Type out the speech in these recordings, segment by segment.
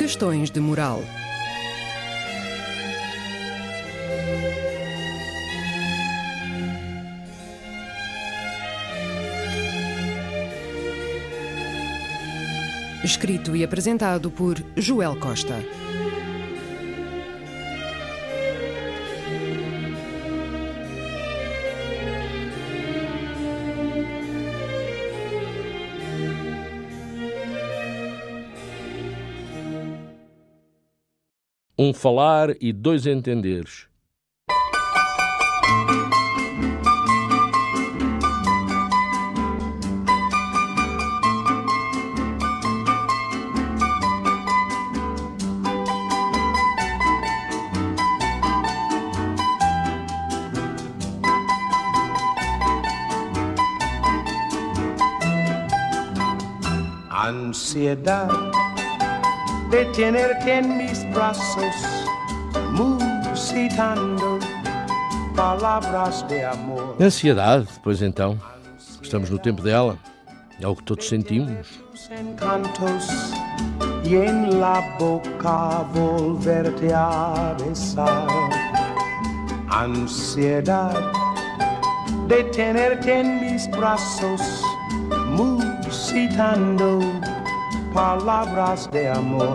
Questões de moral. Escrito e apresentado por Joel Costa. Um falar e dois entenderes. Ansiedade de tenerte en mis brazos, musitando palavras de amor. Ansiedade, pois então. Estamos no tempo dela. É o que todos sentimos. Encantos y en la boca volverte a besar. Ansiedad de tenerte en mis brazos, musitando palavras de amor.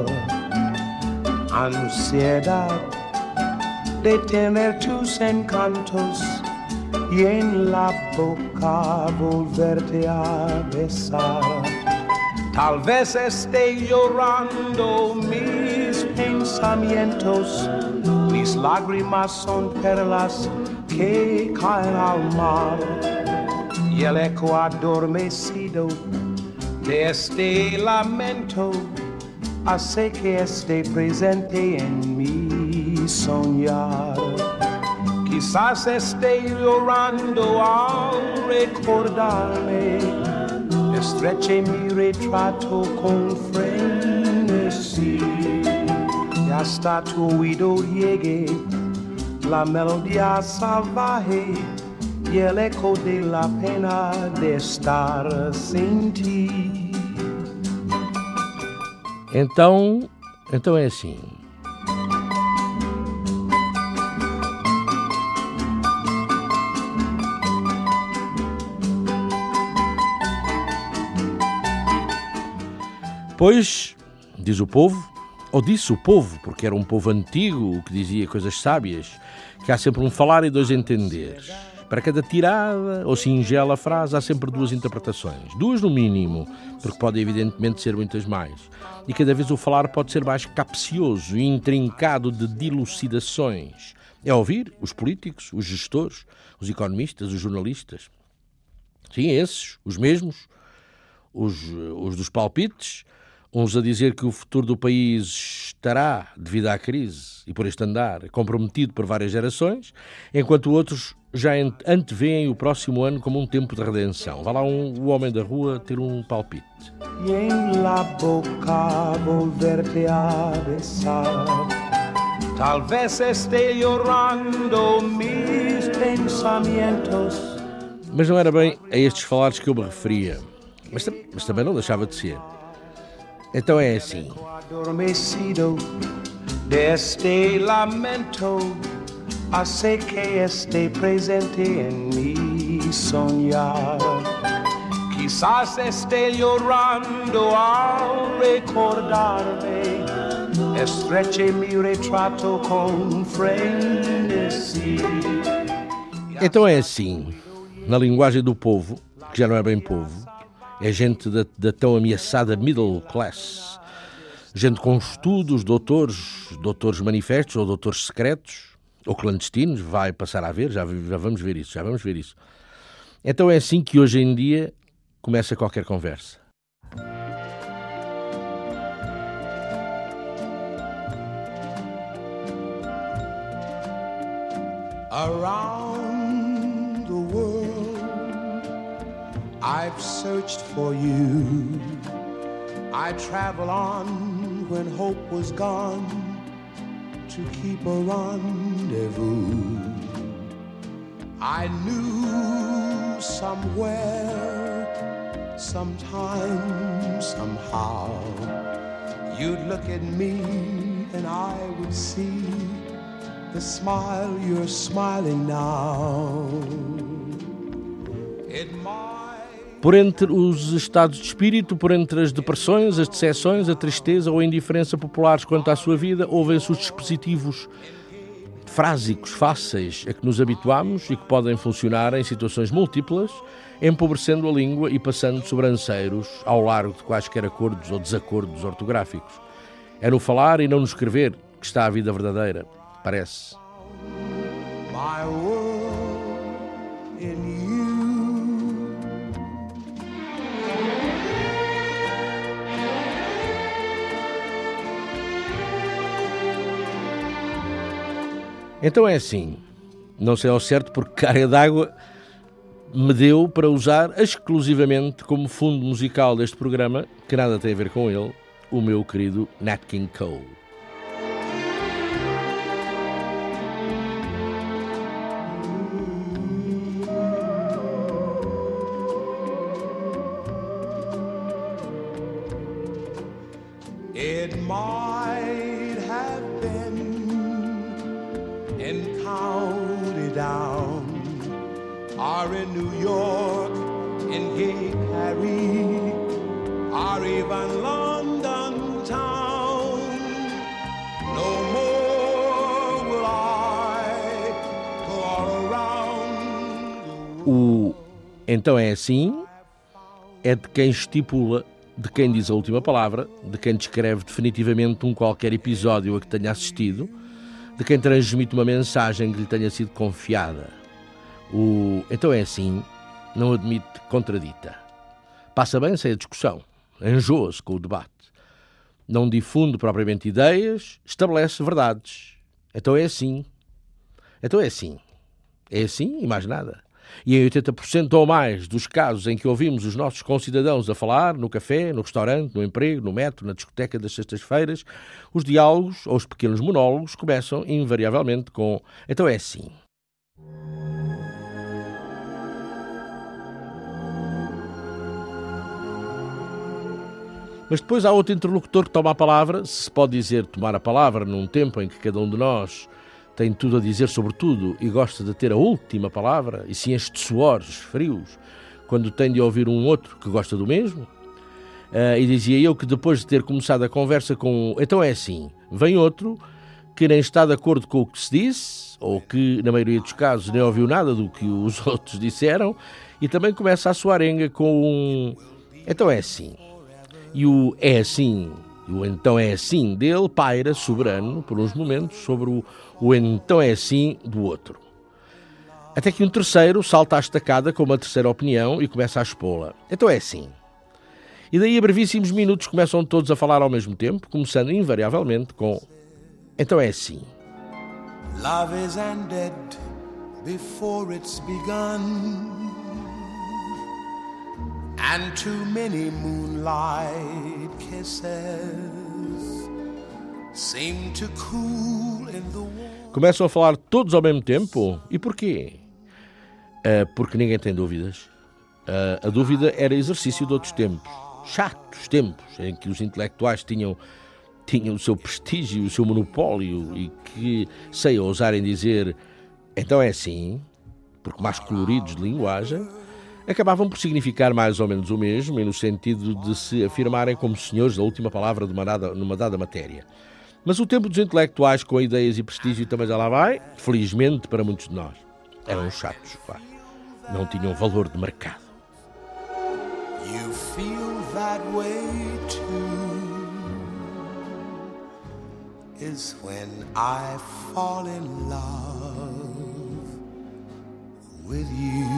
Ansiedad de tener tus encantos y en la boca volverte a besar. Tal vez esté llorando mis pensamientos, mis lágrimas son perlas que caen al mar, y el eco adormecido de este lamento hace que esté presente en mi soñar. Quizás esté llorando al recordarme, estreche mi retrato con frenesí, y hasta tu oído llegue la melodía salvaje y el eco de la pena de estar sin ti. Então é assim. Pois, diz o povo, ou disse o povo, porque era um povo antigo que dizia coisas sábias, que há sempre um falar e dois entenderes. Para cada tirada ou singela frase há sempre duas interpretações. Duas no mínimo, porque pode evidentemente ser muitas mais. E cada vez o falar pode ser mais capcioso e intrincado de dilucidações. É ouvir os políticos, os gestores, os economistas, os jornalistas. Sim, esses, os mesmos, os dos palpites, uns a dizer que o futuro do país estará, devido à crise e por este andar, comprometido por várias gerações, enquanto outros já antevêem o próximo ano como um tempo de redenção. Vá lá o homem da rua ter um palpite. Y en la boca volverte a besar. Talvez esté llorando mis pensamientos. Mas não era bem a estes falares que eu me referia. Mas também não deixava de ser. Então é assim. Adormecido deste lamento hace que esté presente en mi soñar. Quizás esté llorando al recordarme, estreche mi retrato con frenesí. Então é assim. Na linguagem do povo, que já não é bem povo, é gente da tão ameaçada middle class. Gente com estudos, doutores manifestos ou doutores secretos, ou clandestinos, vai passar a ver, já vamos ver isso. Então é assim que hoje em dia começa qualquer conversa. Around the world I've searched for you. I travel on when hope was gone to keep a rendezvous. I knew somewhere, sometime, somehow, you'd look at me and I would see the smile you're smiling now. It might... Por entre os estados de espírito, por entre as depressões, as decepções, a tristeza ou a indiferença populares quanto à sua vida, ouvem-se os dispositivos frásicos fáceis a que nos habituamos e que podem funcionar em situações múltiplas, empobrecendo a língua e passando sobranceiros ao largo de quaisquer acordos ou desacordos ortográficos. É no falar e não no escrever que está a vida verdadeira, parece. my world in you. Então é assim, não sei ao certo porque Carga d'Água me deu para usar exclusivamente como fundo musical deste programa, que nada tem a ver com ele, o meu querido Nat King Cole. It might have been in County Down, or in New York, in Gay Paris, or even London town. No more will I go all around the world. O Então é assim é de quem estipula, de quem diz a última palavra, de quem descreve definitivamente um qualquer episódio a que tenha assistido, de quem transmite uma mensagem que lhe tenha sido confiada. O Então é assim não admite contradita. Passa bem sem a discussão, enjoa-se com o debate. Não difunde propriamente ideias, estabelece verdades. Então é assim. Então é assim. É assim e mais nada. E em 80% ou mais dos casos em que ouvimos os nossos concidadãos a falar, no café, no restaurante, no emprego, no metro, na discoteca das sextas-feiras, os diálogos ou os pequenos monólogos começam invariavelmente com "então é assim". Mas depois há outro interlocutor que toma a palavra, se se pode dizer tomar a palavra num tempo em que cada um de nós tem tudo a dizer sobre tudo e gosta de ter a última palavra, e se enche de suores frios quando tem de ouvir um outro que gosta do mesmo. E dizia eu que depois de ter começado a conversa com "então é assim", vem outro que nem está de acordo com o que se disse, ou que, na maioria dos casos, nem ouviu nada do que os outros disseram, e também começa a sua arenga com um "então é assim". E o "é assim", e o "então é assim" dele paira soberano por uns momentos sobre o "então é assim" do outro. Até que um terceiro salta à estacada com uma terceira opinião e começa a expô-la. "Então é assim". E daí a brevíssimos minutos começam todos a falar ao mesmo tempo, começando invariavelmente com "então é assim". Love is ended before it's begun, and too many moonlight kisses seem to cool in the warm. Começam a falar todos ao mesmo tempo. E porquê? Porque ninguém tem dúvidas. A dúvida era exercício de outros tempos. Chatos tempos em que os intelectuais tinham o seu prestígio, o seu monopólio e que, sei ousarem dizer "então é assim", porque mais coloridos de linguagem, acabavam por significar mais ou menos o mesmo e no sentido de se afirmarem como senhores da última palavra numa dada matéria. Mas o tempo dos intelectuais com ideias e prestígio também já lá vai, felizmente para muitos de nós. Eram chatos, claro. Não tinham valor de mercado. You feel that way too, is when I fall in love with you.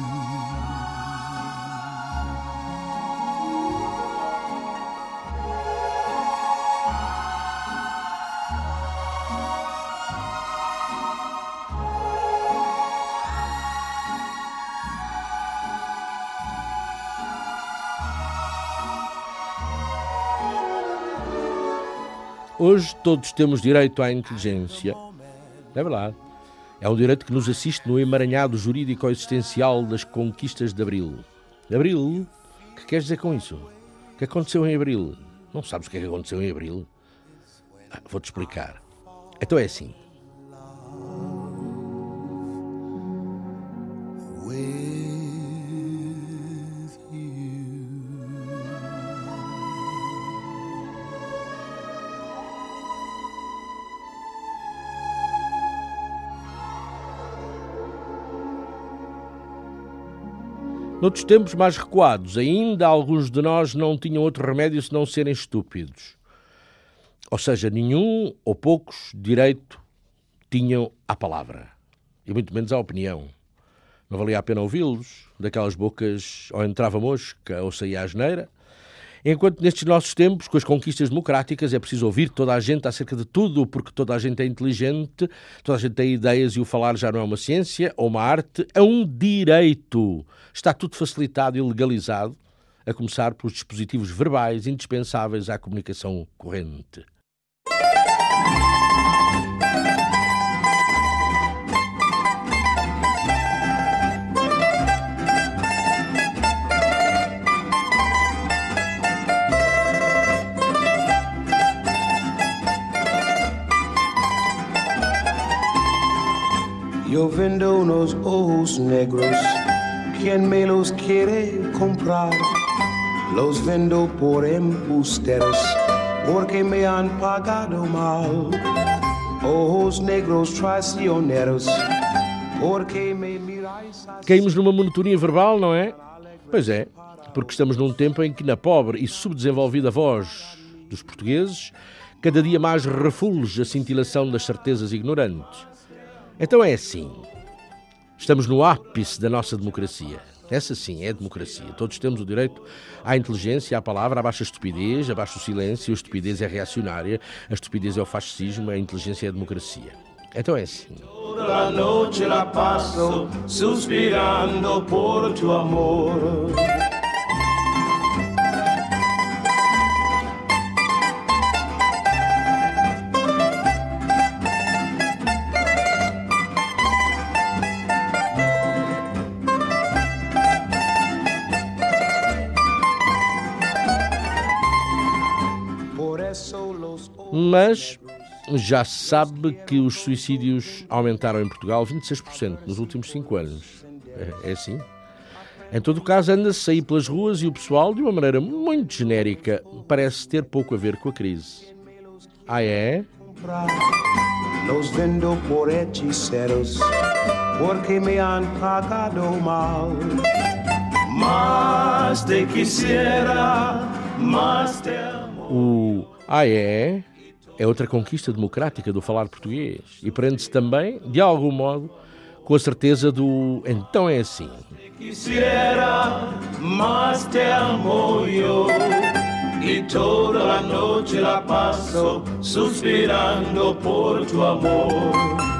Hoje todos temos direito à inteligência. É verdade. É um direito que nos assiste no emaranhado jurídico existencial das conquistas de Abril. Abril? O que queres dizer com isso? O que aconteceu em Abril? Não sabes o que é que aconteceu em abril? Vou-te explicar. Então é assim. Noutros tempos mais recuados, ainda alguns de nós não tinham outro remédio senão serem estúpidos. Ou seja, nenhum ou poucos direito tinham à palavra, e muito menos à opinião. Não valia a pena ouvi-los, daquelas bocas ou entrava mosca ou saía a asneira. Enquanto nestes nossos tempos, com as conquistas democráticas, é preciso ouvir toda a gente acerca de tudo, porque toda a gente é inteligente, toda a gente tem ideias e o falar já não é uma ciência ou uma arte, é um direito. Está tudo facilitado e legalizado, a começar pelos dispositivos verbais indispensáveis à comunicação corrente. Yo vendo unos ojos negros, quien me los quiere comprar, los vendo por embusteros, porque me han pagado mal. Ojos negros traicioneros, porque me miráis así. Caímos numa monotonia verbal, não é? Pois é, porque estamos num tempo em que na pobre e subdesenvolvida voz dos portugueses cada dia mais refulge a cintilação das certezas ignorantes. Então é assim, estamos no ápice da nossa democracia. Essa sim é democracia. Todos temos o direito à inteligência, à palavra, à baixa estupidez, a baixo silêncio. A estupidez é reacionária, a estupidez é o fascismo, a inteligência é a democracia. Então é assim. Toda a noche la paso suspirando por tu amor. Mas já se sabe que os suicídios aumentaram em Portugal 26% nos últimos 5 anos. É assim? Em todo o caso, anda-se aí pelas ruas e o pessoal, de uma maneira muito genérica, parece ter pouco a ver com a crise. Ah, é? Los vendo por hechiceros, porque me han pagado mal. Mas te quisiera, mas te amo. O ah, é? É outra conquista democrática do falar português e prende-se também, de algum modo, com a certeza do então é assim. Quisiera, mas te amo yo, y toda a noche la paso suspirando por tu amor.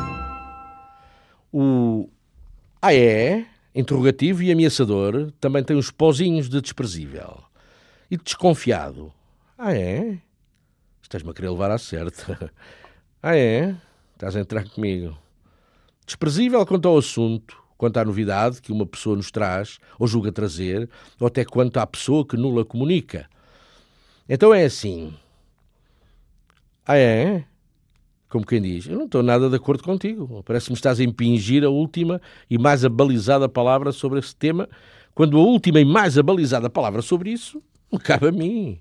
O ah, é? Interrogativo e ameaçador também tem uns pozinhos de desprezível e de desconfiado. Ah, é? Estás-me a querer levar à certa. Ah, é? Estás a entrar comigo. Desprezível quanto ao assunto, quanto à novidade que uma pessoa nos traz, ou julga trazer, ou até quanto à pessoa que nula comunica. Então é assim. Ah, é? Como quem diz, eu não estou nada de acordo contigo. Parece-me que estás a impingir a última e mais abalizada palavra sobre esse tema, quando a última e mais abalizada palavra sobre isso me cabe a mim.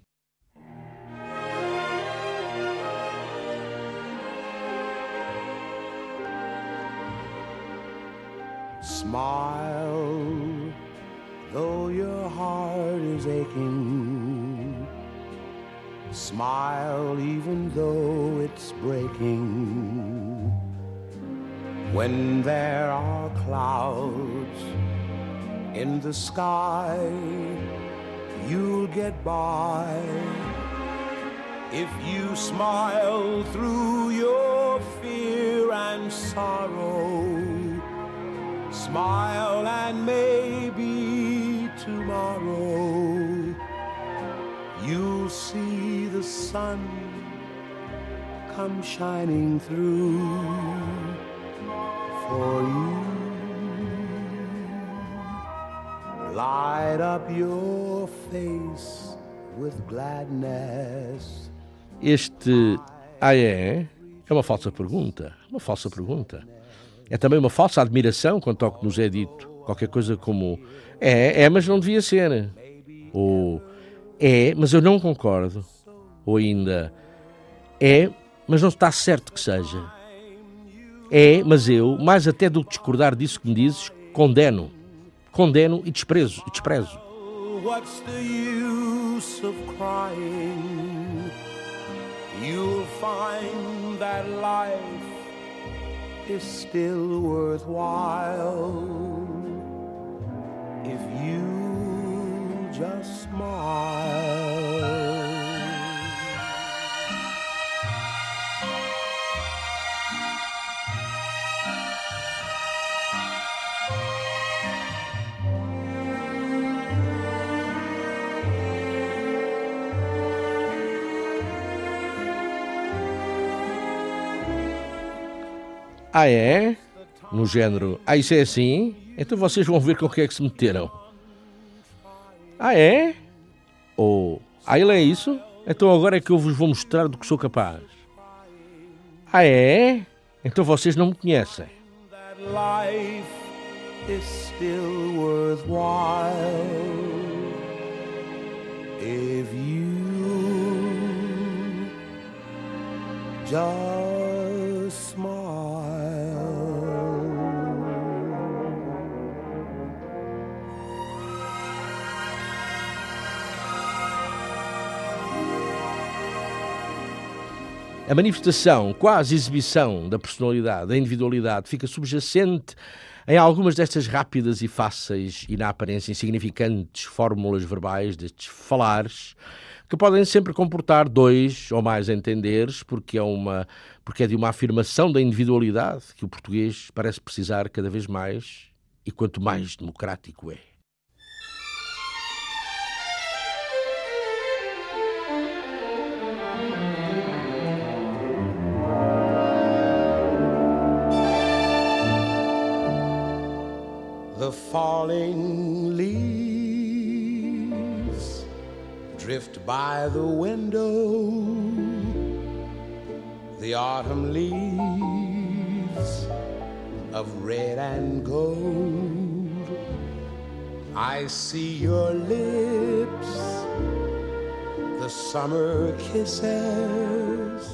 Smile, though your heart is aching. Smile, even though it's breaking. When there are clouds in the sky, you'll get by. If you smile through your fear and sorrow, smile and maybe tomorrow you'll see the sun come shining through for you. Light up your face with gladness. Este é uma falsa pergunta. Uma falsa pergunta. É também uma falsa admiração quanto ao que nos é dito. Qualquer coisa como mas não devia ser. Ou mas eu não concordo. Ou ainda mas não está certo que seja. Mas eu, mais até do que discordar disso que me dizes, condeno e desprezo. What's the use of crying? You'll find that life is still worthwhile if you just smile. No género, isso é assim? Então vocês vão ver com o que é que se meteram. Ou, ele é isso? Então agora é que eu vos vou mostrar do que sou capaz. Então vocês não me conhecem. That life is still worthwhile if you just smile. A manifestação, quase exibição da personalidade, da individualidade, fica subjacente em algumas destas rápidas e fáceis e, na aparência, insignificantes fórmulas verbais, destes falares, que podem sempre comportar dois ou mais entenderes, porque é de uma afirmação da individualidade que o português parece precisar cada vez mais, e quanto mais democrático é. The falling leaves drift by the window. The autumn leaves of red and gold. I see your lips, the summer kisses.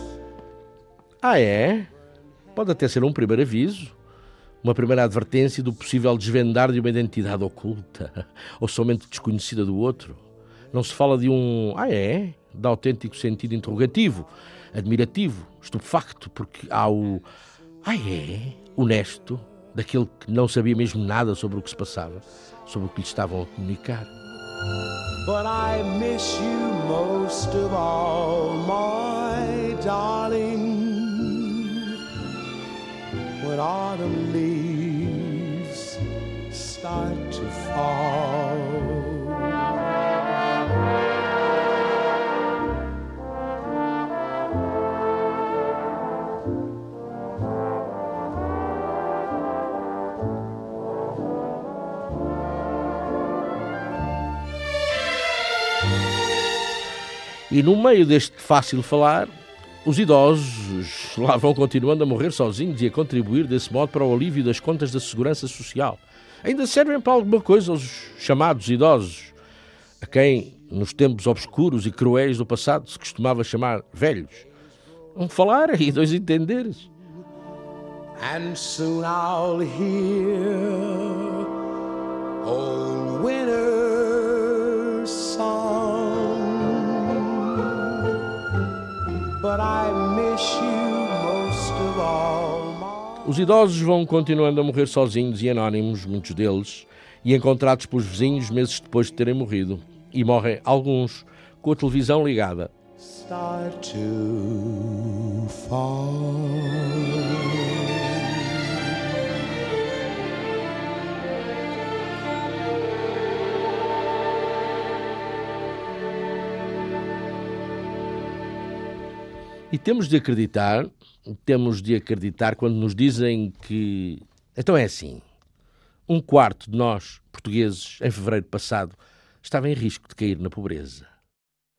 Pode até ser um primeiro aviso, uma primeira advertência do possível desvendar de uma identidade oculta ou somente desconhecida do outro. Não se fala de um de autêntico sentido interrogativo, admirativo, estupefacto, porque há o honesto, daquele que não sabia mesmo nada sobre o que se passava, sobre o que lhe estavam a comunicar. But I miss you most of all, my darling. When autumn leaves start to fall. E no meio deste fácil falar, os idosos lá vão continuando a morrer sozinhos e a contribuir desse modo para o alívio das contas da segurança social. Ainda servem para alguma coisa os chamados idosos, a quem, nos tempos obscuros e cruéis do passado, se costumava chamar velhos. Um falar e dois entenderes. And soon I'll hear old winter's song. But I miss you most of all. Os idosos vão continuando a morrer sozinhos e anónimos, muitos deles, e encontrados pelos vizinhos meses depois de terem morrido. E morrem alguns com a televisão ligada. Start to fall. E temos de acreditar quando nos dizem que... Então é assim, 1/4 de nós, portugueses, em fevereiro passado, estava em risco de cair na pobreza.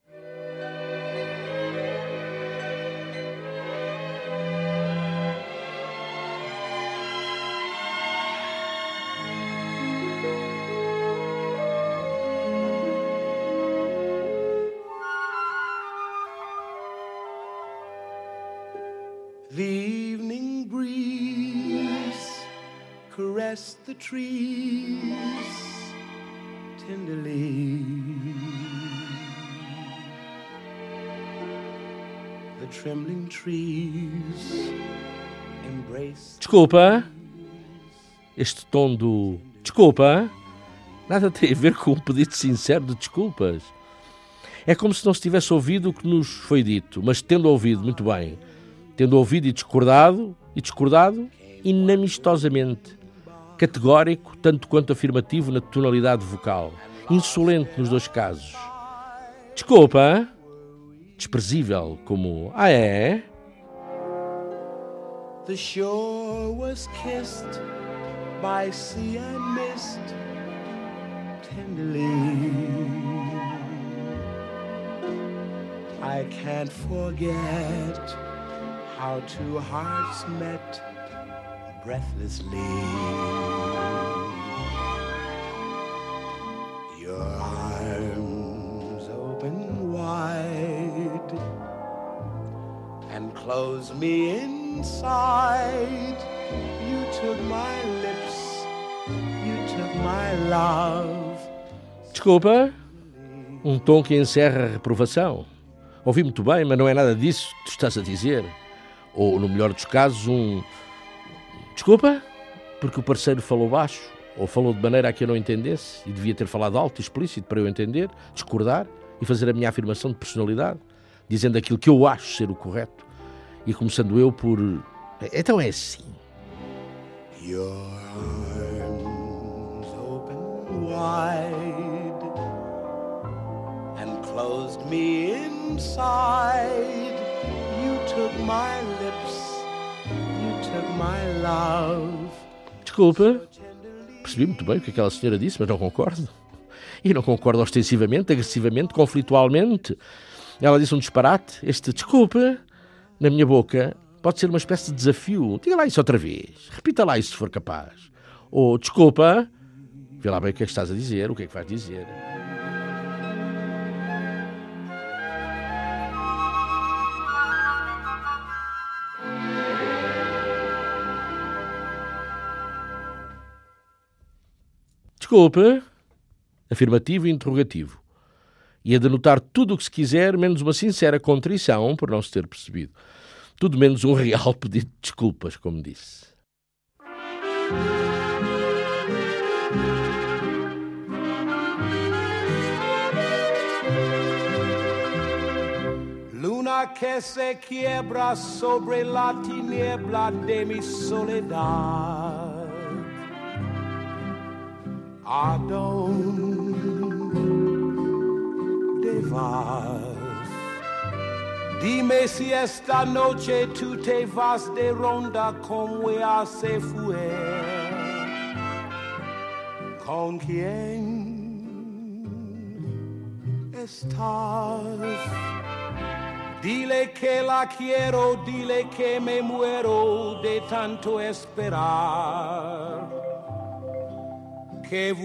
The evening breeze caressed the trees tenderly. The trembling trees embraced. Desculpa, este tom do desculpa nada tem a ver com um pedido sincero de desculpas. É como se não se tivesse ouvido o que nos foi dito, mas tendo ouvido muito bem, tendo ouvido e discordado inamistosamente, categórico, tanto quanto afirmativo na tonalidade vocal, insolente nos dois casos. Desculpa, desprezível como é? The shore was kissed by sea and mist tenderly. I can't forget how two hearts met breathlessly. Your arms open wide and closed me inside. You took my lips, you took my love. Desculpa, um tom que encerra a reprovação. Ouvi muito bem, mas não é nada disso que tu estás a dizer. Ou, no melhor dos casos, desculpa, porque o parceiro falou baixo, ou falou de maneira a que eu não entendesse, e devia ter falado alto e explícito para eu entender, discordar e fazer a minha afirmação de personalidade, dizendo aquilo que eu acho ser o correto, e começando eu por... Então é assim. Your arms open wide and closed me inside. You took my lips, you took my love. Desculpa, percebi muito bem o que aquela senhora disse, mas não concordo. E não concordo ostensivamente, agressivamente, conflitualmente. Ela disse um disparate. Este desculpa, na minha boca, pode ser uma espécie de desafio. Diga lá isso outra vez. Repita lá isso se for capaz. Ou desculpa, vê lá bem o que é que estás a dizer, o que é que vais dizer. Desculpa, afirmativo e interrogativo. E a denotar tudo o que se quiser, menos uma sincera contrição por não se ter percebido. Tudo menos um real pedido de desculpas, como disse. Luna que se quiebra sobre la tiniebla de mi soledad. ¿Adónde vas? Dime si esta noche tú te vas de ronda como ella se fue. ¿Con quién estás? Dile que la quiero, dile que me muero de tanto esperar. Que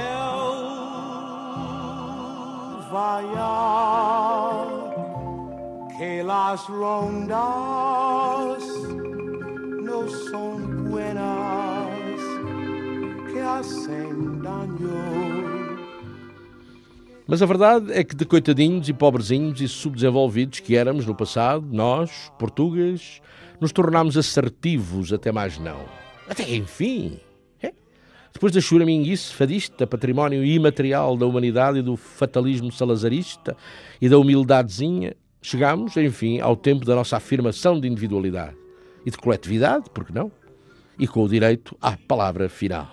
vuelva ya, que las rondas no son buenas, que hacen daño. Mas a verdade é que de coitadinhos e pobrezinhos e subdesenvolvidos que éramos no passado, nós, portugueses, nos tornámos assertivos até mais não. Até enfim. Depois da choraminguice fadista, património imaterial da humanidade e do fatalismo salazarista e da humildadezinha, chegámos, enfim, ao tempo da nossa afirmação de individualidade e de coletividade, por que não? E com o direito à palavra final.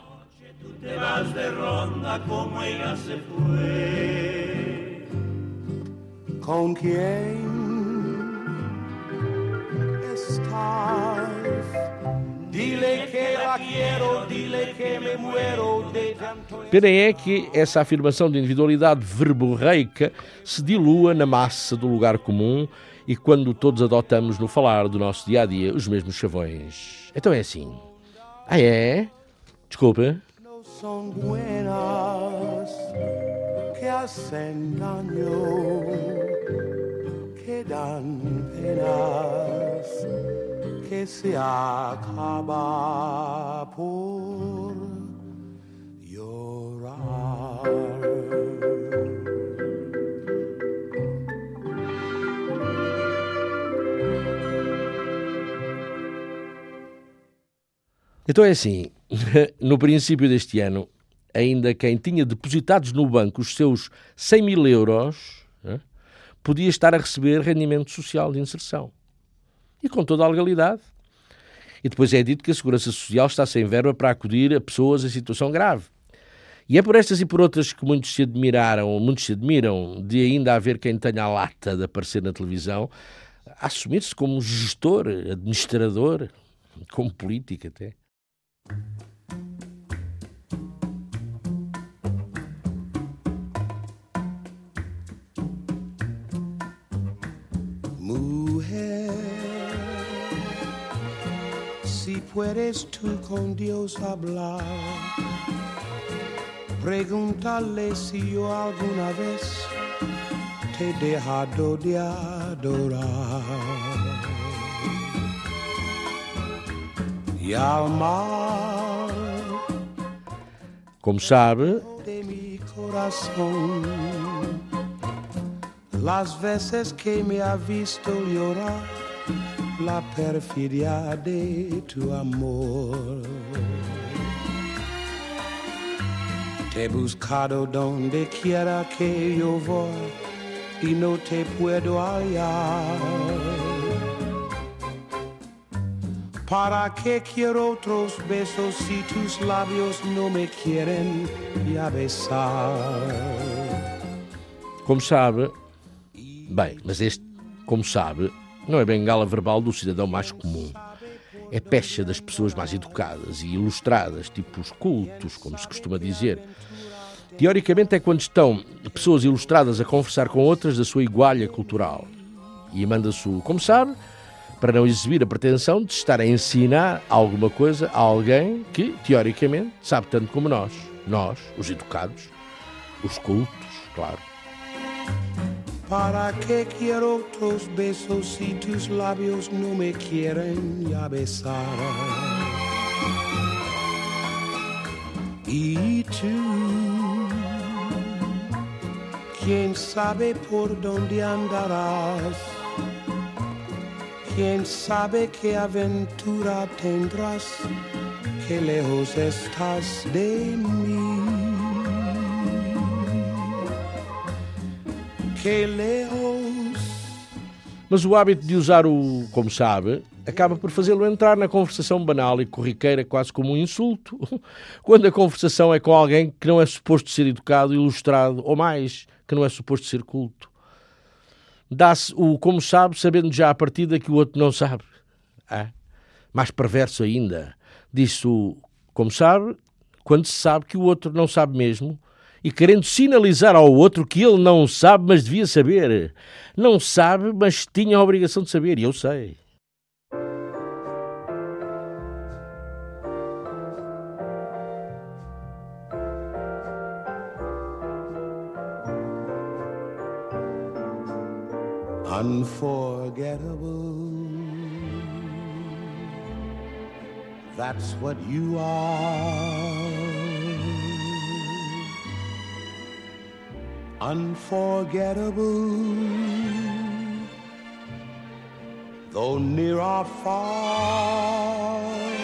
¿Con quién estás? Dile que la quiero, dile que me muero de tanto... Pena é que essa afirmação de individualidade verborreica se dilua na massa do lugar comum e quando todos adotamos no falar do nosso dia-a-dia os mesmos chavões. Então é assim. Ah é? Desculpa. No son buenas, que hacen daño, que dan penas, que se acaba por llorar. Então é assim, no princípio deste ano, ainda quem tinha depositados no banco os seus 100 mil euros, podia estar a receber rendimento social de inserção. E com toda a legalidade. E depois é dito que a Segurança Social está sem verba para acudir a pessoas em situação grave. E é por estas e por outras que muitos se admiram de ainda haver quem tenha a lata de aparecer na televisão, a assumir-se como gestor, administrador, como político até. Mujer, si puedes tú con Dios hablar, pregúntale si yo alguna vez te he dejado de adorar. Y al mar, como sabe, de mi corazón, las veces que me ha visto llorar, la perfidia de tu amor. Te he buscado donde quiera que yo voy y no te puedo hallar. ¿Para qué quiero otros besos si tus labios no me quieren ya besar? como sabe, bem, mas este, como sabe, não é bengala verbal do cidadão mais comum. É pecha das pessoas mais educadas e ilustradas, tipo os cultos, como se costuma dizer. Teoricamente é quando estão pessoas ilustradas a conversar com outras da sua igualha cultural. E manda-se o, como sabe, para não exibir a pretensão de estar a ensinar alguma coisa a alguém que, teoricamente, sabe tanto como nós, os educados, os cultos, claro. ¿Para qué quiero otros besos si tus labios no me quieren ya besar? Y tú, quién sabe por dónde andarás, quién sabe qué aventura tendrás, qué lejos estás de mí. Que lejos. Mas o hábito de usar o como sabe acaba por fazê-lo entrar na conversação banal e corriqueira quase como um insulto, quando a conversação é com alguém que não é suposto ser educado, ilustrado, ou mais, que não é suposto ser culto. Dá-se o como sabe, sabendo já à partida que o outro não sabe. Mais perverso ainda, diz-se o como sabe, quando se sabe que o outro não sabe mesmo, e querendo sinalizar ao outro que ele não sabe, mas devia saber. Não sabe, mas tinha a obrigação de saber, e eu sei. Unforgettable, that's what you are. Unforgettable, though near or far,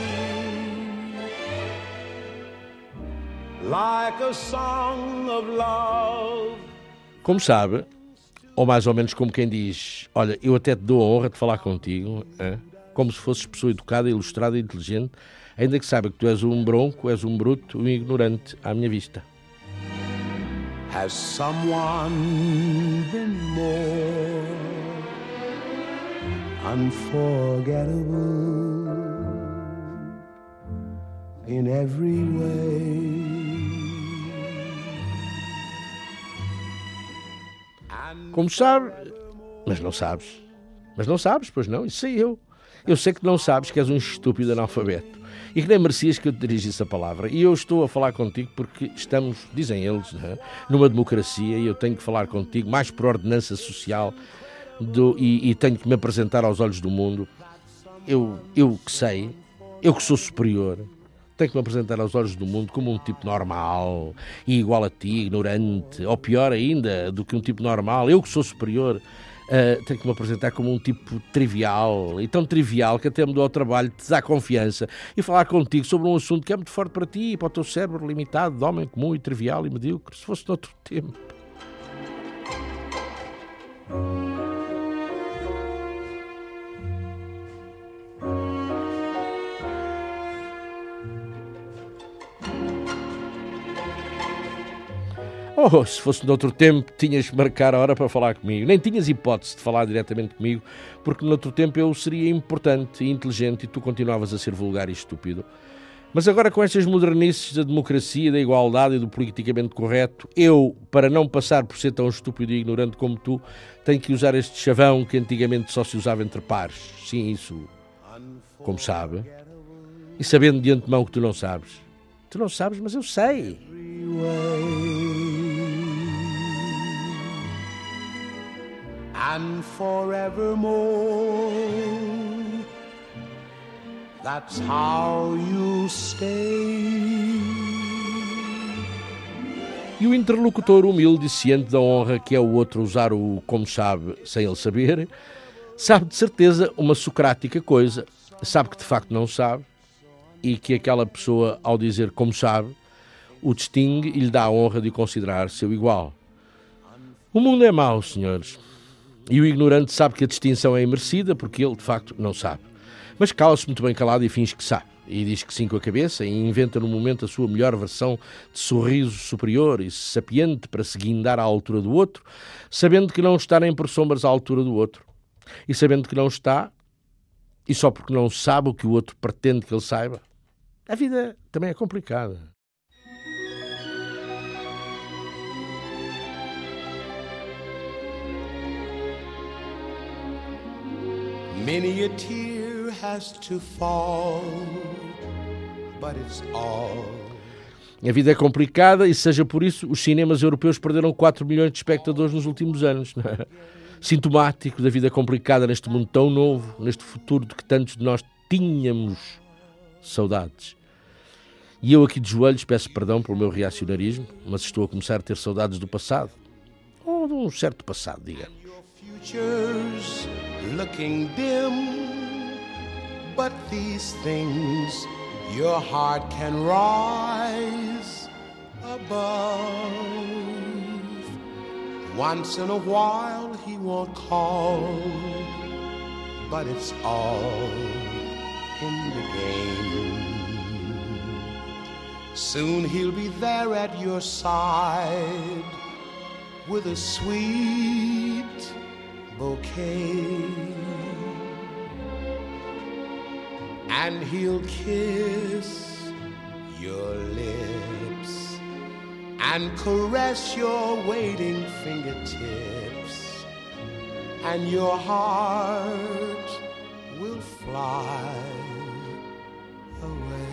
like a song of love. Como sabe, ou mais ou menos como quem diz, olha, eu até te dou a honra de falar contigo, como se fosses pessoa educada, ilustrada e inteligente, ainda que saiba que tu és um bronco, és um bruto, um ignorante à minha vista. Has someone been more unforgettable in every way? Como sabe, mas não sabes. Mas não sabes, pois não, isso sei eu. Eu sei que não sabes, que és um estúpido analfabeto e que nem merecias que eu te dirigisse a palavra. E eu estou a falar contigo porque estamos, dizem eles, numa democracia, e eu tenho que falar contigo mais por ordenança social e tenho que me apresentar aos olhos do mundo. eu que sei, eu que sou superior, tenho que me apresentar aos olhos do mundo como um tipo normal e igual a ti, ignorante, ou pior ainda do que um tipo normal, eu que sou superior, tenho que me apresentar como um tipo trivial, e tão trivial que até me dou ao trabalho de te dar confiança e falar contigo sobre um assunto que é muito forte para ti e para o teu cérebro limitado de homem comum e trivial e medíocre, se fosse noutro tempo. Oh, se fosse noutro tempo, tinhas que marcar a hora para falar comigo. Nem tinhas hipótese de falar diretamente comigo, porque noutro tempo eu seria importante e inteligente e tu continuavas a ser vulgar e estúpido. Mas agora, com estas modernices da democracia, da igualdade e do politicamente correto, eu, para não passar por ser tão estúpido e ignorante como tu, tenho que usar este chavão que antigamente só se usava entre pares. Sim, isso, como sabe. E sabendo de antemão que tu não sabes. Tu não sabes, mas eu sei. And forevermore, that's how you stay. E o interlocutor humilde e ciente da honra que é o outro usar o como sabe, sem ele saber, sabe de certeza uma socrática coisa, sabe que de facto não sabe, e que aquela pessoa, ao dizer como sabe, o distingue e lhe dá a honra de o considerar seu igual. O mundo é mau, senhores. E o ignorante sabe que a distinção é imerecida porque ele, de facto, não sabe. Mas cala-se muito bem calado e finge que sabe. E diz que sim com a cabeça e inventa no momento a sua melhor versão de sorriso superior e sapiente para se guindar à altura do outro, sabendo que não está nem por sombras à altura do outro. E sabendo que não está, e só porque não sabe o que o outro pretende que ele saiba. A vida também é complicada. Many a tear has to fall, but it's all. A vida é complicada e, seja por isso, os cinemas europeus perderam 4 milhões de espectadores nos últimos anos. Sintomático da vida complicada neste mundo tão novo, neste futuro de que tantos de nós tínhamos saudades. E eu aqui de joelhos peço perdão pelo meu reacionarismo, mas estou a começar a ter saudades do passado. Ou de um certo passado, digamos. Future's looking dim, but these things your heart can rise above. Once in a while he won't call, but it's all in the game. Soon he'll be there at your side with a sweet bouquet, and he'll kiss your lips and caress your waiting fingertips, and your heart will fly away.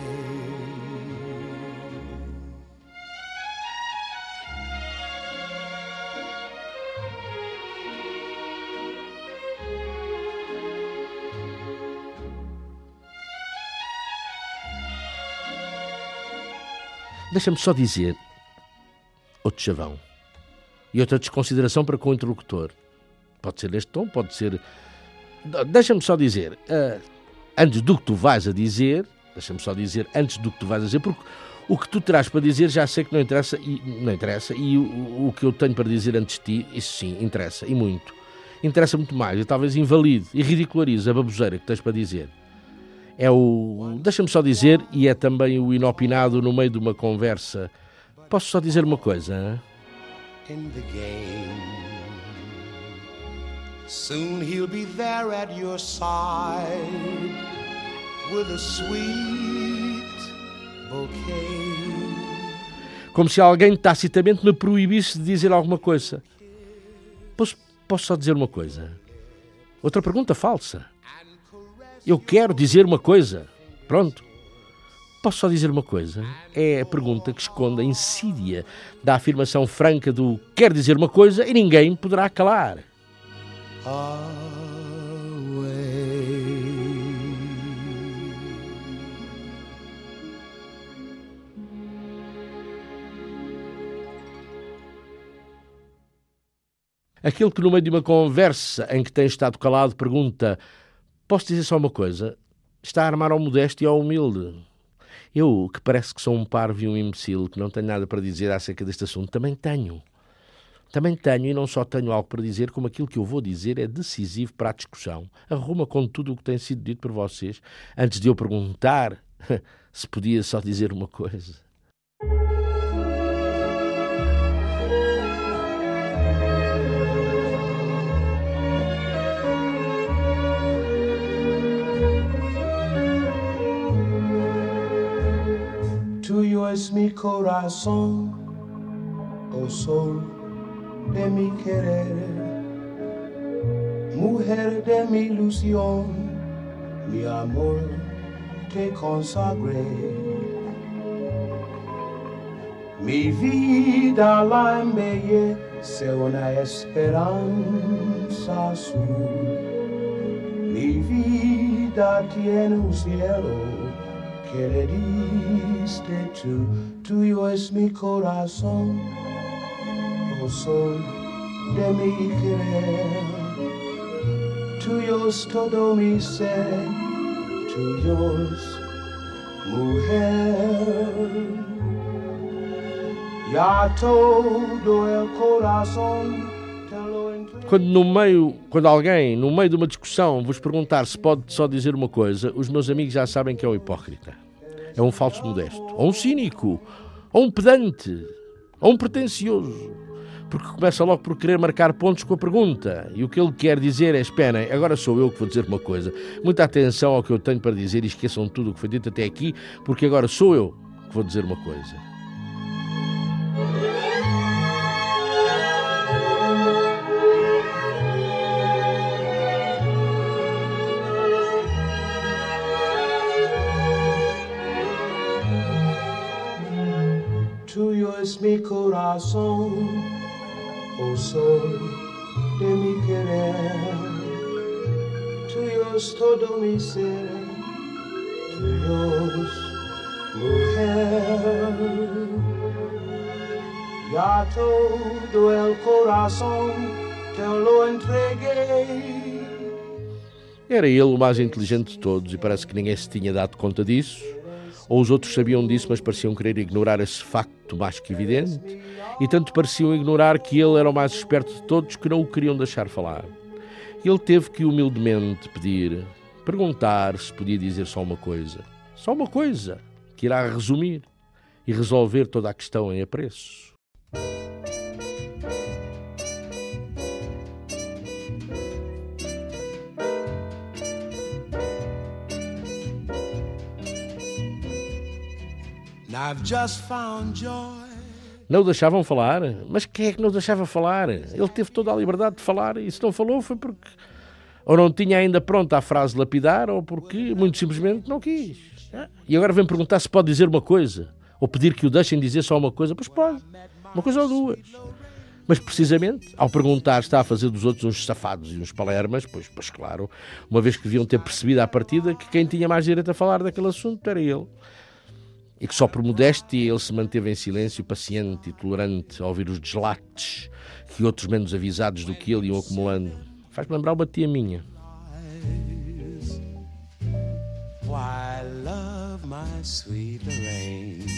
Deixa-me só dizer outro chavão e outra desconsideração para com o interlocutor. Pode ser este tom, pode ser... Deixa-me só dizer, antes do que tu vais a dizer, porque o que tu terás para dizer já sei que não interessa, e o que eu tenho para dizer antes de ti, isso sim, interessa, e muito. Interessa muito mais, e talvez invalide e ridicularize a baboseira que tens para dizer. É o... Deixa-me só dizer, e é também o inopinado no meio de uma conversa. Posso só dizer uma coisa? In the game, soon he'll be there at your side with a sweet bouquet. Como se alguém tacitamente me proibisse de dizer alguma coisa. Posso só dizer uma coisa? Outra pergunta falsa. Eu quero dizer uma coisa. Pronto. Posso só dizer uma coisa? É a pergunta que esconde a insídia da afirmação franca do quero dizer uma coisa e ninguém poderá calar. Away. Aquele que no meio de uma conversa em que tem estado calado pergunta: posso dizer só uma coisa? Está a armar ao modesto e ao humilde. Eu, que parece que sou um parvo e um imbecil, que não tenho nada para dizer acerca deste assunto, também tenho. E não só tenho algo para dizer, como aquilo que eu vou dizer é decisivo para a discussão. Arruma com tudo o que tem sido dito por vocês, antes de eu perguntar se podia só dizer uma coisa. Tuyo es mi corazón, oh sol de mi querer, mujer de mi ilusión, mi amor te consagré. Mi vida la embellece una esperanza azul. Mi vida tiene un cielo que le diste tú. Tuyo es mi corazón, oh sol de mi querer. Tuyo es todo mi ser, tuyos, mujer. Ya todo el corazón te lo entrego. Quando alguém, no meio de uma discussão, vos perguntar se pode só dizer uma coisa, os meus amigos já sabem que é um hipócrita. É um falso modesto, ou um cínico, ou um pedante, ou um pretencioso. Porque começa logo por querer marcar pontos com a pergunta. E o que ele quer dizer é: esperem, agora sou eu que vou dizer uma coisa. Muita atenção ao que eu tenho para dizer e esqueçam tudo o que foi dito até aqui, porque agora sou eu que vou dizer uma coisa. Tuyo es mi corazón, oh sol de mi querer. Tuyo es todo mi ser, tuyos, mujer. Ya todo el corazón te lo entregué. Era ele o mais inteligente de todos e parece que ninguém se tinha dado conta disso. Ou os outros sabiam disso, mas pareciam querer ignorar esse facto mais que evidente, e tanto pareciam ignorar que ele era o mais esperto de todos que não o queriam deixar falar. Ele teve que humildemente perguntar se podia dizer só uma coisa, que irá resumir e resolver toda a questão em apreço. I've just found joy. Não o deixavam falar? Mas quem é que não o deixava falar? Ele teve toda a liberdade de falar e se não falou foi porque ou não tinha ainda pronta a frase lapidar ou porque, muito simplesmente, não quis. E agora vem perguntar se pode dizer uma coisa ou pedir que o deixem dizer só uma coisa. Pois pode, uma coisa ou duas. Mas, precisamente, ao perguntar, está a fazer dos outros uns safados e uns palermas, pois claro, uma vez que deviam ter percebido à partida que quem tinha mais direito a falar daquele assunto era ele. E que só por modéstia ele se manteve em silêncio, paciente e tolerante a ouvir os deslates que outros menos avisados do que ele iam acumulando. Faz-me lembrar uma tia minha. Why love my sweet Lorraine?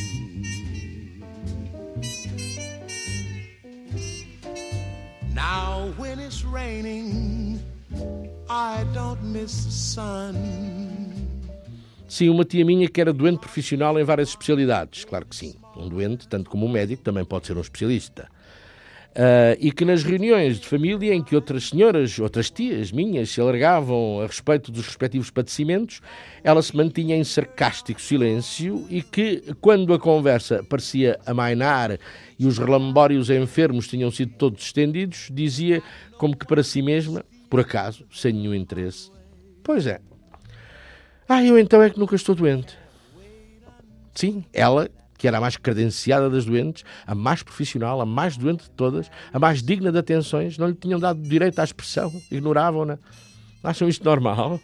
Now when it's raining, I don't miss the sun. Sim, uma tia minha que era doente profissional em várias especialidades. Claro que sim. Um doente, tanto como um médico, também pode ser um especialista. E que nas reuniões de família em que outras senhoras, outras tias minhas, se alargavam a respeito dos respectivos padecimentos, ela se mantinha em sarcástico silêncio e que, quando a conversa parecia amainar e os relambórios enfermos tinham sido todos estendidos, dizia, como que para si mesma, por acaso, sem nenhum interesse: pois é. Eu então é que nunca estou doente. Sim, ela, que era a mais credenciada das doentes, a mais profissional, a mais doente de todas, a mais digna de atenções, não lhe tinham dado direito à expressão, ignoravam-na. Acham isto normal?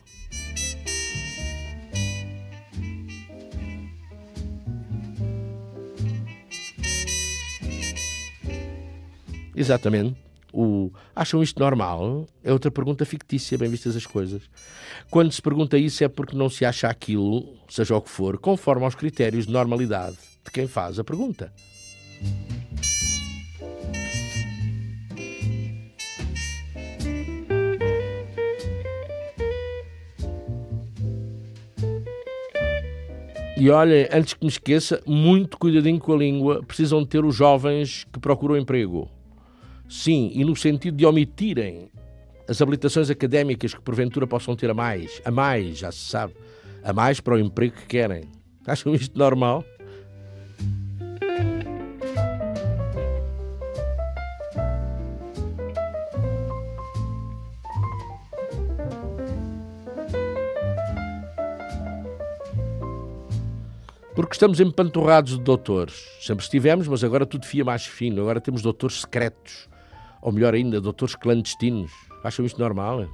Exatamente. acham isto normal? É outra pergunta fictícia, bem vistas as coisas. Quando se pergunta isso é porque não se acha aquilo, seja o que for, conforme aos critérios de normalidade de quem faz a pergunta. E olhem, antes que me esqueça, muito cuidadinho com a língua, precisam de ter os jovens que procuram emprego. Sim, e no sentido de omitirem as habilitações académicas que porventura possam ter a mais, já se sabe, a mais para o emprego que querem. Acham isto normal? Porque estamos empanturrados de doutores. Sempre estivemos, mas agora tudo fia mais fino. Agora temos doutores secretos. Ou melhor ainda, doutores clandestinos. Acham isto normal?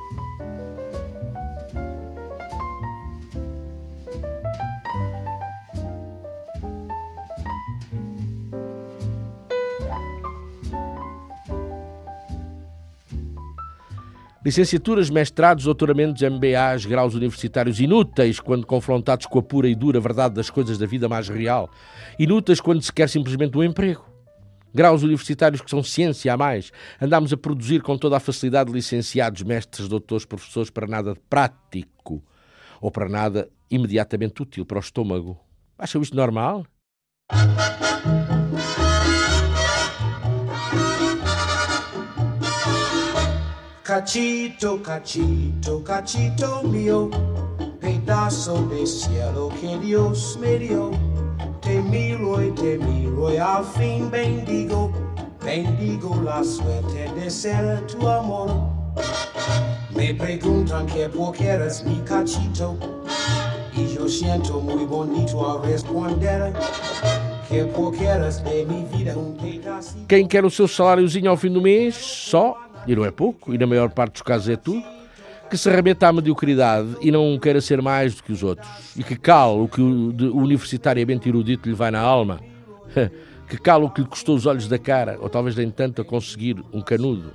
Licenciaturas, mestrados, doutoramentos, MBAs, graus universitários inúteis quando confrontados com a pura e dura verdade das coisas da vida mais real. Inúteis quando se quer simplesmente um emprego. Graus universitários que são ciência a mais. Andámos a produzir com toda a facilidade licenciados, mestres, doutores, professores para nada de prático. Ou para nada imediatamente útil para o estômago. Acham isto normal? Cachito, cachito, cachito mío, pedazo de cielo que Dios me dio. Te miro y al fin bendigo, bendigo la suerte de ser tu amor. Me preguntan que por qué eres mi cachito, y yo siento muy bonito al responder que por qué eres de mi vida un pedacito. Quem quer o seu saláriozinho ao fim do mês, só, e não é pouco, e na maior parte dos casos é tudo, que se arrebenta à mediocridade e não queira ser mais do que os outros, e que cale o que o universitariamente erudito lhe vai na alma, que cale o que lhe custou os olhos da cara, ou talvez nem tanto a conseguir um canudo.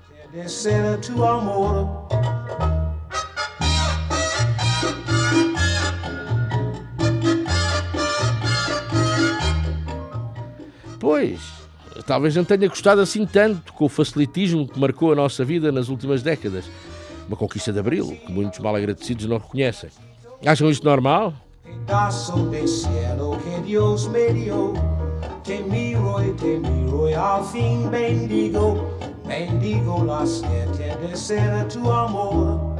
Pois, talvez não tenha gostado assim tanto com o facilitismo que marcou a nossa vida nas últimas décadas. Uma conquista de abril, que muitos mal agradecidos não reconhecem. Acham isto normal? Pedazo de cielo que Dios me dio. Te miro y al fin bendigo, bendigo la suerte de ser tu amor.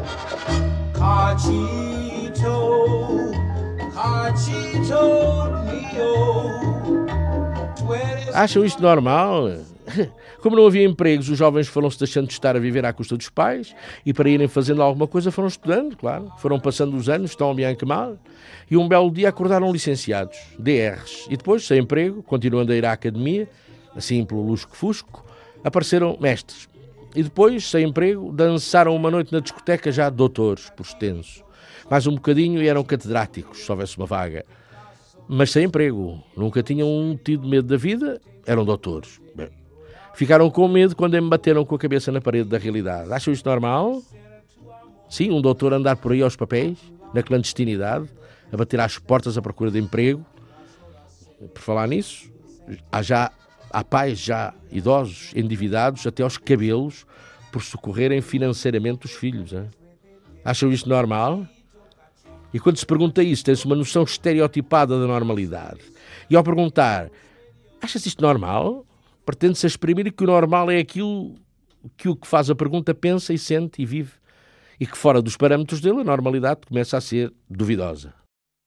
Cachito, cachito mío. Acham isto normal? Como não havia empregos, os jovens foram-se deixando de estar a viver à custa dos pais e para irem fazendo alguma coisa foram estudando, claro. Foram passando os anos, tão bem que mal, e um belo dia acordaram licenciados, DRs, e depois, sem emprego, continuando a ir à academia, assim pelo lusco-fusco, apareceram mestres. E depois, sem emprego, dançaram uma noite na discoteca já doutores, por extenso. Mais um bocadinho e eram catedráticos, se houvesse uma vaga. Mas sem emprego, nunca tinham tido medo da vida, eram doutores. Bem, ficaram com medo quando me bateram com a cabeça na parede da realidade. Acham isto normal? Sim, um doutor andar por aí aos papéis, na clandestinidade, a bater às portas à procura de emprego. Por falar nisso, há pais já idosos, endividados, até aos cabelos, por socorrerem financeiramente os filhos. Hein? Acham isto normal? E quando se pergunta isso, tem-se uma noção estereotipada da normalidade. E ao perguntar, achas isto normal? Pretende-se exprimir que o normal é aquilo que o que faz a pergunta pensa e sente e vive. E que fora dos parâmetros dele, a normalidade começa a ser duvidosa.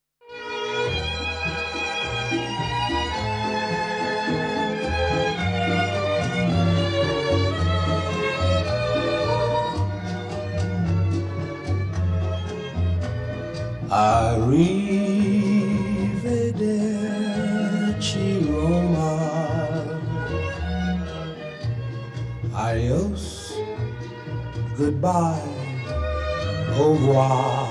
Arrivederci Roma. Adios, goodbye, au revoir.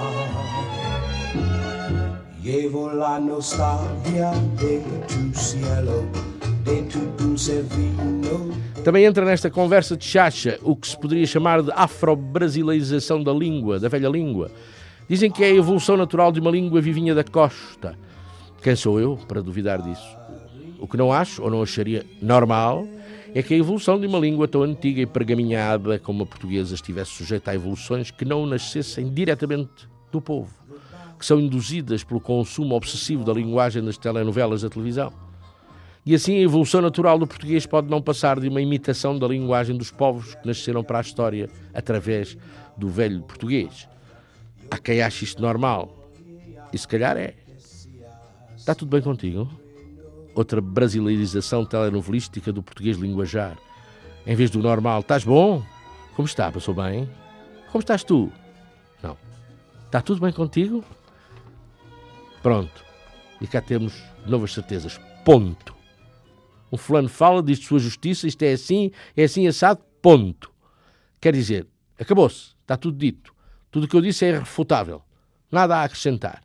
Llevo la nostalgia de tu cielo, de tu dulce vino. Também entra nesta conversa de chacha o que se poderia chamar de afro-brasileirização da língua, da velha língua. Dizem que é a evolução natural de uma língua vivinha da costa. Quem sou eu para duvidar disso? O que não acho, ou não acharia normal, é que a evolução de uma língua tão antiga e pergaminhada como a portuguesa estivesse sujeita a evoluções que não nascessem diretamente do povo, que são induzidas pelo consumo obsessivo da linguagem das telenovelas da televisão. E assim a evolução natural do português pode não passar de uma imitação da linguagem dos povos que nasceram para a história através do velho português. Há quem ache isto normal. E se calhar é. Está tudo bem contigo? Outra brasileirização telenovelística do português linguajar. Em vez do normal, estás bom? Como está? Passou bem? Como estás tu? Não. Está tudo bem contigo? Pronto. E cá temos novas certezas. Ponto. Um fulano fala, diz de sua justiça, isto é assim assado, ponto. Quer dizer, acabou-se, está tudo dito. Tudo o que eu disse é irrefutável. Nada a acrescentar.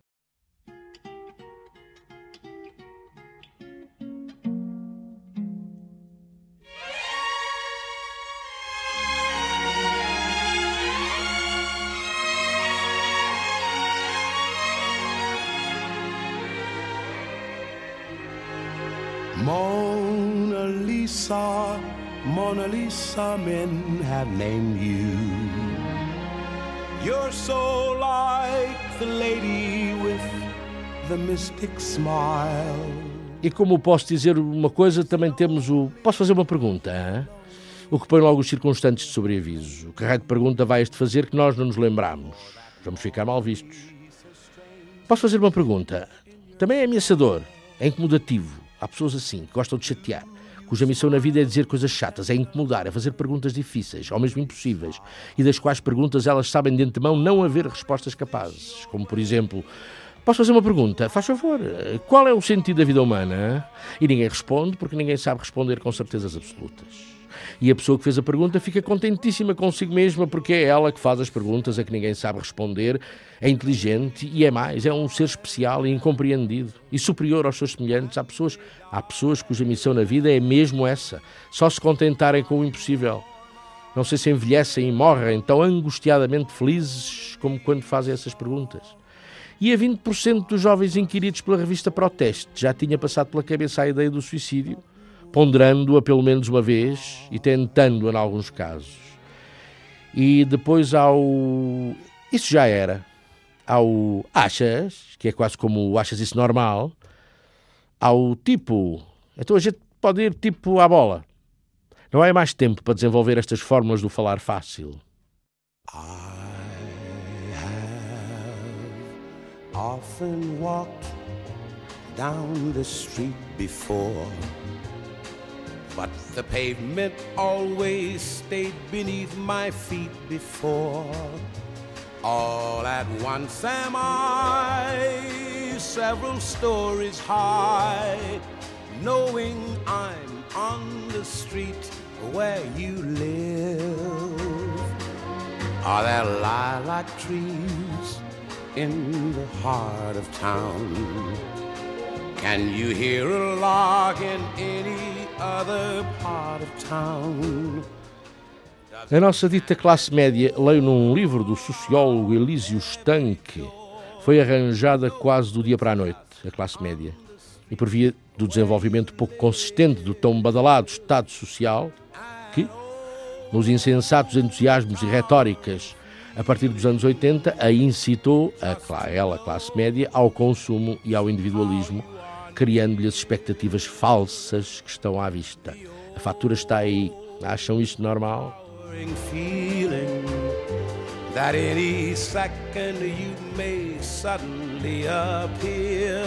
Mona Lisa, men have named you. You're so like the lady with the mystic smile. E como posso dizer uma coisa, também temos o... Posso fazer uma pergunta, hein? O que põe logo os circunstantes de sobreaviso. O que raio de pergunta vai este fazer que nós não nos lembramos? Vamos ficar mal vistos. Posso fazer uma pergunta? Também é ameaçador, é incomodativo. Há pessoas assim, que gostam de chatear, cuja missão na vida é dizer coisas chatas, é incomodar, é fazer perguntas difíceis, ou mesmo impossíveis, e das quais perguntas elas sabem de antemão não haver respostas capazes. Como, por exemplo, posso fazer uma pergunta? Faz favor, qual é o sentido da vida humana? E ninguém responde, porque ninguém sabe responder com certezas absolutas. E a pessoa que fez a pergunta fica contentíssima consigo mesma, porque é ela que faz as perguntas a que ninguém sabe responder, é inteligente e é mais, é um ser especial e incompreendido e superior aos seus semelhantes. Há pessoas cuja missão na vida é mesmo essa, só se contentarem com o impossível. Não sei se envelhecem e morrem tão angustiadamente felizes como quando fazem essas perguntas. E a 20% dos jovens inquiridos pela revista Proteste já tinha passado pela cabeça a ideia do suicídio, ponderando-a pelo menos uma vez e tentando-a em alguns casos. E depois isso já era. Ao achas, que é quase como achas isso normal. Ao tipo, então a gente pode ir tipo à bola. Não há mais tempo para desenvolver estas fórmulas do falar fácil. I have often walked down the street before, but the pavement always stayed beneath my feet before. All at once am I several stories high, knowing I'm on the street where you live. Are there lilac trees in the heart of town? Can you hear a lark in any other part of town? A nossa dita classe média, leio num livro do sociólogo Elísio Stanque, foi arranjada quase do dia para a noite, a classe média. E por via do desenvolvimento pouco consistente do tão badalado Estado Social, que, nos insensatos entusiasmos e retóricas a partir dos anos 80, a incitou, a classe média, ao consumo e ao individualismo, criando-lhe as expectativas falsas que estão à vista. A fatura está aí. Acham isto normal? Feeling that any second you may suddenly appear.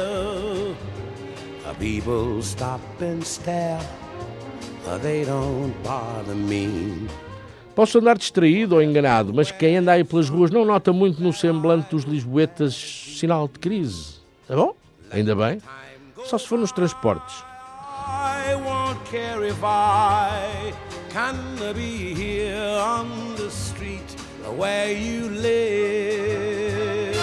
People stop and stare, they don't bother me. Posso andar distraído ou enganado, mas quem anda aí pelas ruas não nota muito no semblante dos lisboetas sinal de crise. Tá bom? Ainda bem. Só se for nos transportes. I won't care if I can be here on the street where you live.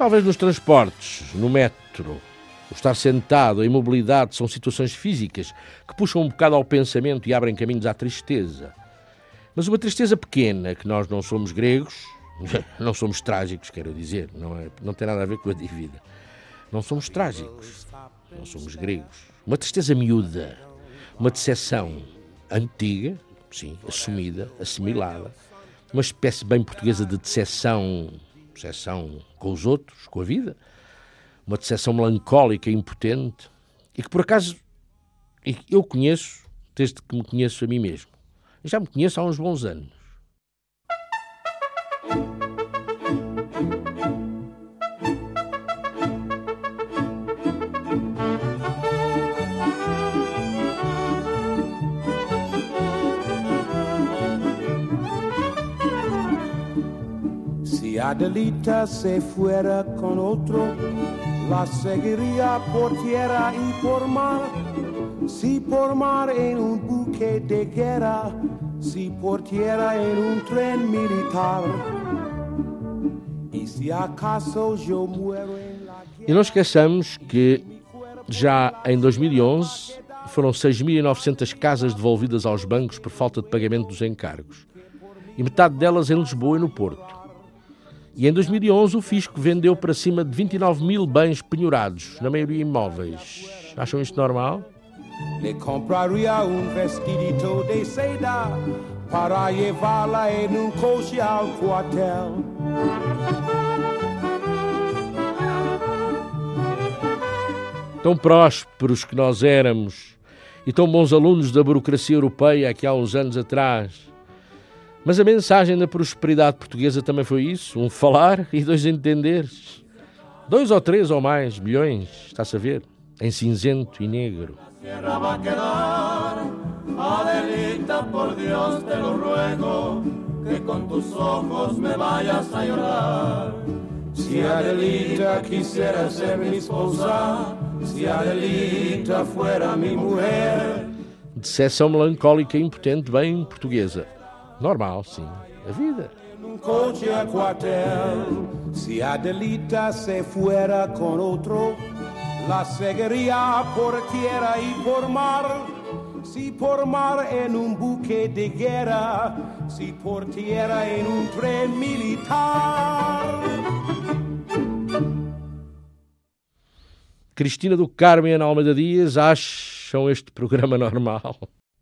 Talvez nos transportes, no metro, o estar sentado, a imobilidade são situações físicas que puxam um bocado ao pensamento e abrem caminhos à tristeza. Mas uma tristeza pequena, que nós não somos gregos, não somos trágicos, quero dizer, não tem nada a ver com a dívida. Não somos trágicos, não somos gregos. Uma tristeza miúda, uma decepção antiga, sim, assumida, assimilada, uma espécie bem portuguesa de decepção com os outros, com a vida, uma decepção melancólica e impotente, e que por acaso eu conheço desde que me conheço a mim mesmo. Eu já me conheço há uns bons anos. Si Adelita se fuera con otro, la seguiría por tierra y por mar. Si por mar en un buque de guerra, si por tierra en un tren militar. Y si acaso yo muero en la guerra... E não esqueçamos que já em 2011 foram 6.900 casas devolvidas aos bancos por falta de pagamento dos encargos. E metade delas em Lisboa e no Porto. E em 2011 o Fisco vendeu para cima de 29 mil bens penhorados, na maioria imóveis. Acham isto normal? Le compraría un vestidito de seda para llevarla en un coche al cuartel. Tão prósperos que nós éramos e tão bons alunos da burocracia europeia aqui há uns anos atrás. Mas a mensagem da prosperidade portuguesa também foi isso, um falar e dois entenderes. 2 ou 3 ou mais milhões, está-se a ver, em cinzento e negro. Adelita, por Dios te lo ruego, que con tus ojos me vayas a llorar. Si Adelita quisiera ser mi esposa, si Adelita fuera mi mujer. Decepção melancólica e impotente, bem portuguesa. Normal, sim, a vida. Un coche al cuartel. Si Adelita se fuera con otro, la seguiría por tierra y por mar. Si por mar en un buque de guerra, si por tierra en un tren militar. Cristina do Carmo e Ana Almeida Dias acham este programa normal?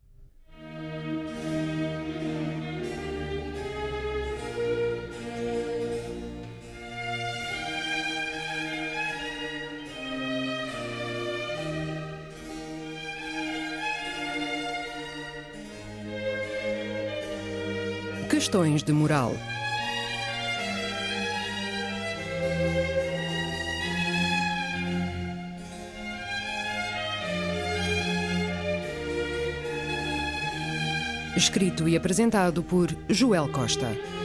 Questões de moral. Escrito e apresentado por Joel Costa.